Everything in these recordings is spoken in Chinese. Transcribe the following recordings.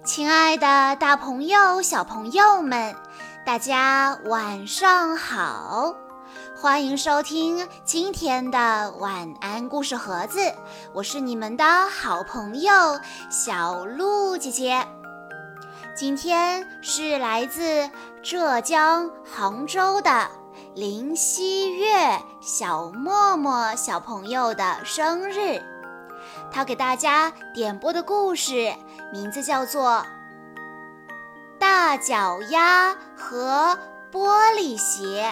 亲爱的大朋友、小朋友们，大家晚上好！欢迎收听今天的晚安故事盒子，我是你们的好朋友小鹿姐姐。今天是来自浙江杭州的林希月小默默小朋友的生日，他给大家点播的故事名字叫做《大脚丫和玻璃鞋》。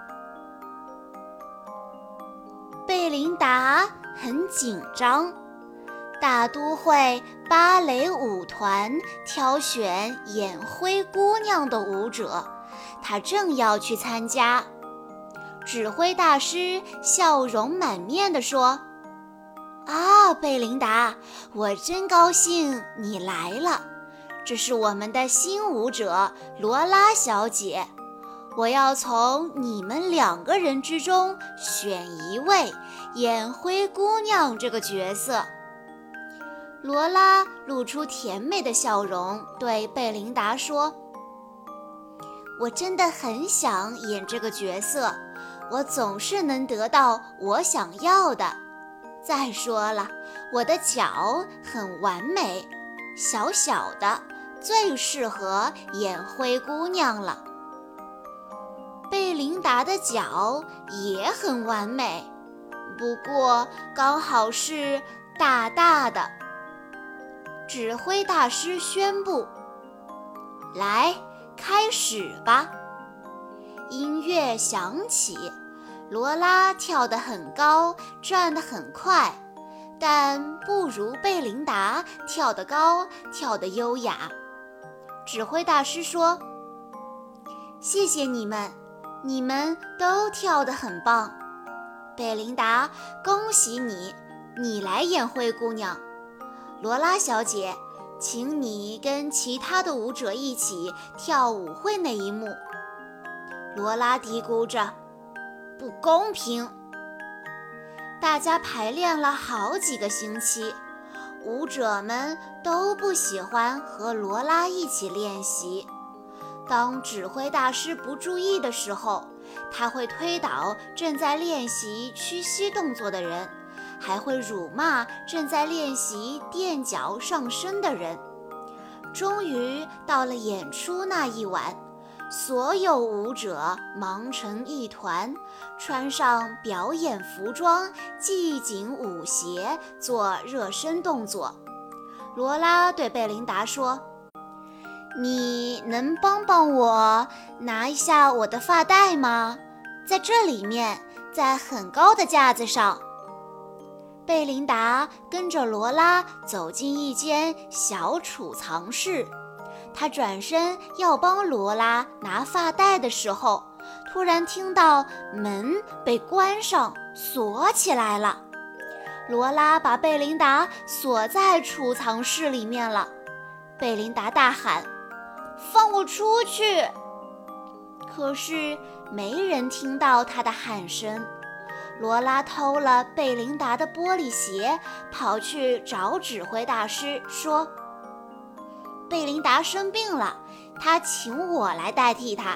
贝琳达很紧张，大都会芭蕾舞团挑选眼灰姑娘的舞者，她正要去参加。指挥大师笑容满面地说：贝琳达，我真高兴你来了。这是我们的新舞者罗拉小姐，我要从你们2个人之中选一位眼灰姑娘这个角色。罗拉露出甜美的笑容，对贝琳达说：我真的很想演这个角色，我总是能得到我想要的。再说了，我的脚很完美，小小的，最适合眼灰姑娘了。贝琳达的脚也很完美，不过刚好是大大的。指挥大师宣布：来，开始吧。音乐响起，罗拉跳得很高，转得很快，但不如贝琳达跳得高，跳得优雅。指挥大师说：谢谢你们，你们都跳得很棒。贝琳达，恭喜你，你来演灰姑娘。罗拉小姐，请你跟其他的舞者一起跳舞会那一幕。罗拉嘀咕着：不公平。大家排练了好几个星期，舞者们都不喜欢和罗拉一起练习。当指挥大师不注意的时候，他会推倒正在练习屈膝动作的人，还会辱骂正在练习垫脚上身的人。终于到了演出那一晚，所有舞者忙成一团，穿上表演服装，系紧舞鞋，做热身动作。罗拉对贝琳达说：你能帮帮我拿一下我的发带吗？在这里面，在很高的架子上。贝琳达跟着罗拉走进一间小储藏室，她转身要帮罗拉拿发带的时候，突然听到门被关上，锁起来了。罗拉把贝琳达锁在储藏室里面了。贝琳达大喊：放我出去！可是没人听到她的喊声。罗拉偷了贝琳达的玻璃鞋，跑去找指挥大师，说：贝琳达生病了，她请我来代替她。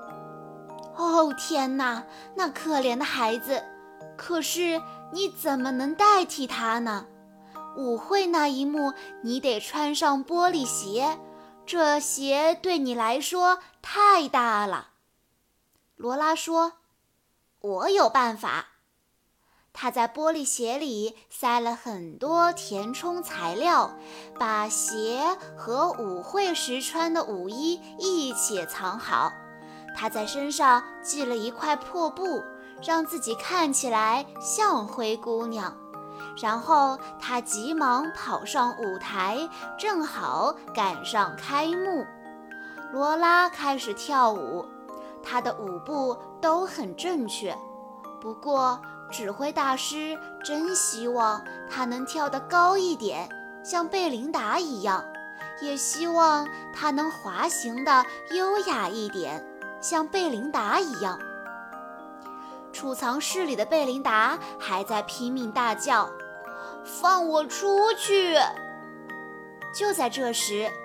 天哪，那可怜的孩子！可是你怎么能代替她呢？舞会那一幕，你得穿上玻璃鞋，这鞋对你来说太大了。罗拉说：我有办法。他在玻璃鞋里塞了很多填充材料，把鞋和舞会时穿的舞衣一起藏好。他在身上系了一块破布，让自己看起来像灰姑娘。然后他急忙跑上舞台，正好赶上开幕。罗拉开始跳舞，她的舞步都很正确。不过指挥大师真希望她能跳得高一点，像贝琳达一样，也希望她能滑行得优雅一点，像贝琳达一样。储藏室里的贝琳达还在拼命大叫：放我出去！就在这时，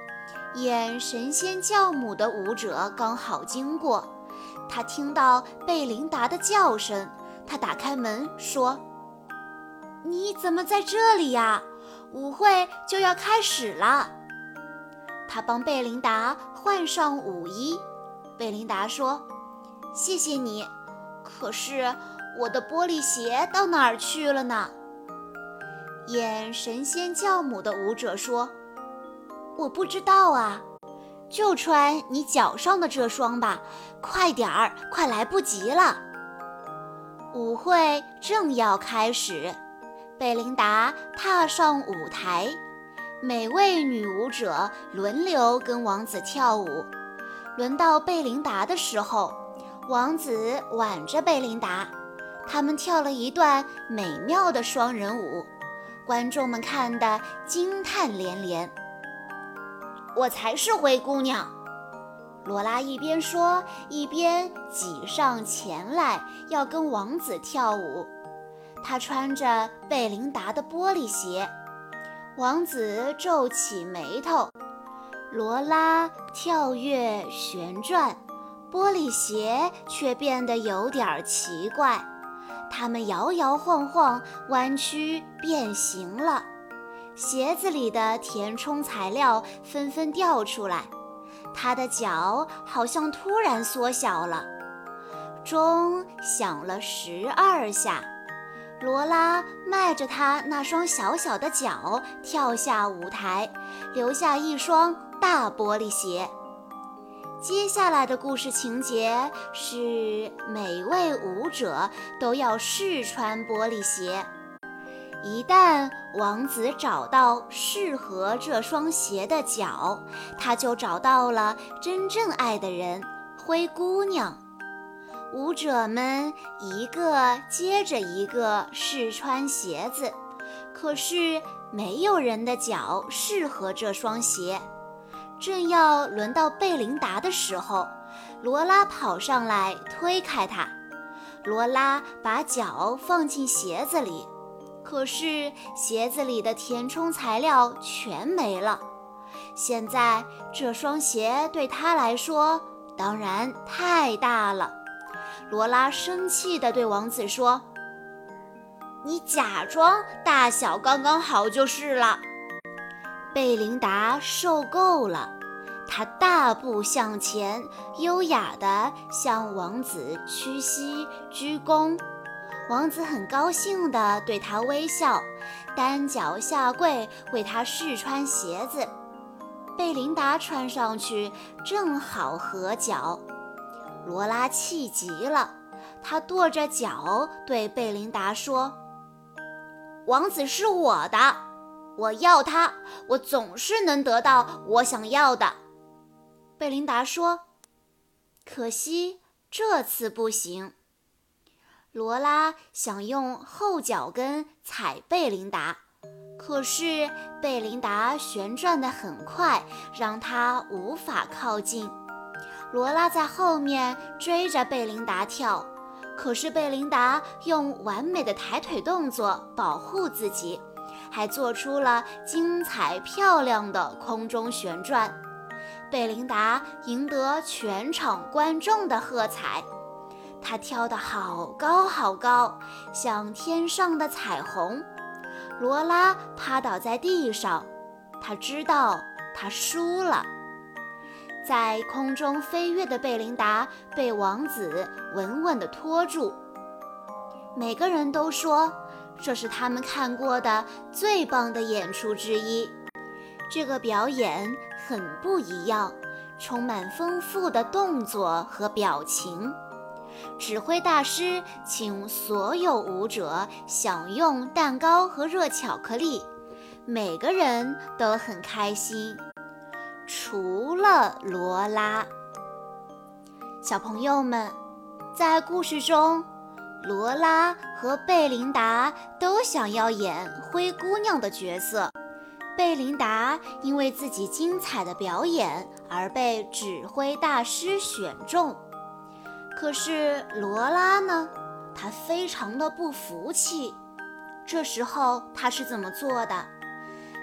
演神仙教母的舞者刚好经过，他听到贝琳达的叫声，他打开门说：“你怎么在这里呀？舞会就要开始了。”他帮贝琳达换上舞衣。贝琳达说：“谢谢你，可是我的玻璃鞋到哪儿去了呢？”演神仙教母的舞者说：“我不知道啊，就穿你脚上的这双吧，快点儿，快来不及了。”舞会正要开始，贝琳达踏上舞台，每位女舞者轮流跟王子跳舞。轮到贝琳达的时候，王子挽着贝琳达，他们跳了一段美妙的双人舞，观众们看得惊叹连连。我才是灰姑娘，罗拉一边说，一边挤上前来要跟王子跳舞。她穿着贝琳达的玻璃鞋，王子皱起眉头。罗拉跳跃旋转，玻璃鞋却变得有点奇怪，它们摇摇晃晃，弯曲变形了。鞋子里的填充材料纷纷掉出来，她的脚好像突然缩小了。钟响了12下，罗拉迈着她那双小小的脚跳下舞台，留下一双大玻璃鞋。接下来的故事情节是每位舞者都要试穿玻璃鞋。一旦王子找到适合这双鞋的脚，他就找到了真正爱的人——灰姑娘。舞者们一个接着一个试穿鞋子，可是没有人的脚适合这双鞋。正要轮到贝琳达的时候，罗拉跑上来推开她。罗拉把脚放进鞋子里，可是鞋子里的填充材料全没了。现在这双鞋对她来说当然太大了。罗拉生气地对王子说：“你假装大小刚刚好就是了。”贝琳达受够了，她大步向前，优雅地向王子屈膝鞠躬。王子很高兴地对她微笑，单脚下跪为她试穿鞋子。贝琳达穿上去正好合脚。罗拉气极了，她跺着脚对贝琳达说：“王子是我的，我要他，我总是能得到我想要的。”贝琳达说：“可惜这次不行。”罗拉想用后脚跟踩贝琳达，可是贝琳达旋转得很快，让她无法靠近。罗拉在后面追着贝琳达跳，可是贝琳达用完美的抬腿动作保护自己，还做出了精彩漂亮的空中旋转。贝琳达赢得全场观众的喝彩，她跳得好高好高，像天上的彩虹。罗拉趴倒在地上，她知道她输了。在空中飞跃的贝琳达被王子稳稳地拖住。每个人都说这是他们看过的最棒的演出之一。这个表演很不一样，充满丰富的动作和表情。指挥大师请所有舞者享用蛋糕和热巧克力，每个人都很开心，除了罗拉。小朋友们，在故事中，罗拉和贝琳达都想要演灰姑娘的角色。贝琳达因为自己精彩的表演而被指挥大师选中，可是罗拉呢？她非常的不服气。这时候她是怎么做的？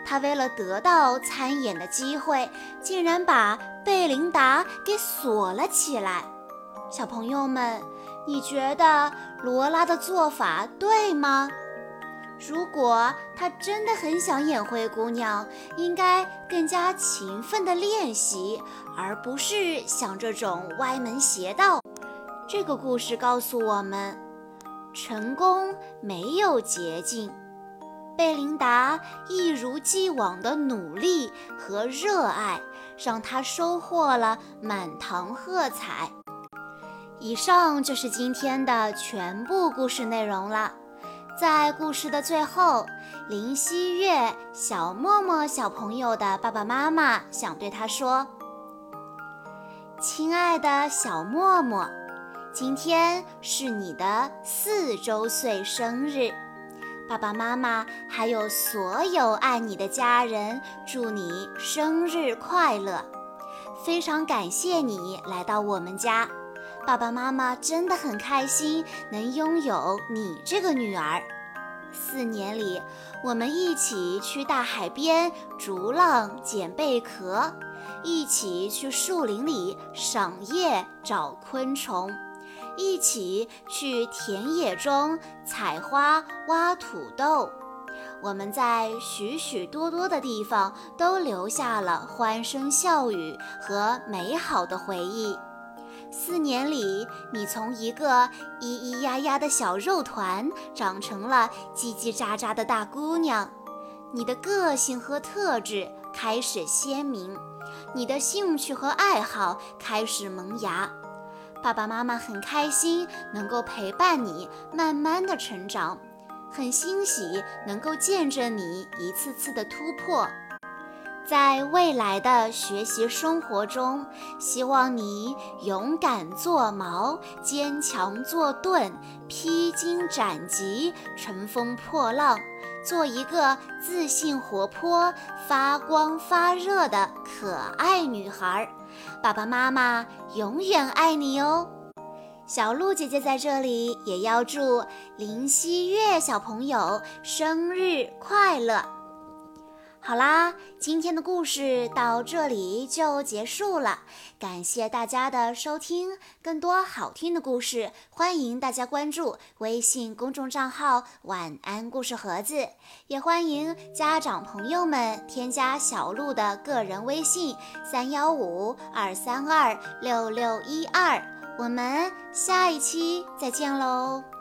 他为了得到参演的机会，竟然把贝琳达给锁了起来。小朋友们，你觉得罗拉的做法对吗？如果她真的很想演灰姑娘，应该更加勤奋地练习，而不是想这种歪门邪道。这个故事告诉我们，成功没有捷径。贝琳达一如既往的努力和热爱，让她收获了满堂喝彩。以上就是今天的全部故事内容了。在故事的最后，林希月小默默小朋友的爸爸妈妈想对他说：亲爱的小默默，今天是你的4周岁生日，爸爸妈妈还有所有爱你的家人祝你生日快乐。非常感谢你来到我们家，爸爸妈妈真的很开心能拥有你这个女儿。4年里，我们一起去大海边逐浪捡贝壳，一起去树林里赏叶找昆虫，一起去田野中采花挖土豆。我们在许许多多的地方都留下了欢声笑语和美好的回忆。4年里，你从一个咿咿呀呀的小肉团长成了叽叽喳喳的大姑娘，你的个性和特质开始鲜明，你的兴趣和爱好开始萌芽。爸爸妈妈很开心能够陪伴你慢慢的成长，很欣喜能够见证你一次次的突破。在未来的学习生活中，希望你勇敢做矛，坚强做盾，披荆斩棘，乘风破浪，做一个自信活泼、发光发热的可爱女孩。爸爸妈妈永远爱你哦！小鹿姐姐在这里也要祝林希月小朋友生日快乐！好啦，今天的故事到这里就结束了，感谢大家的收听。更多好听的故事，欢迎大家关注微信公众账号晚安故事盒子，也欢迎家长朋友们添加小鹿的个人微信315-232-6612，我们下一期再见喽。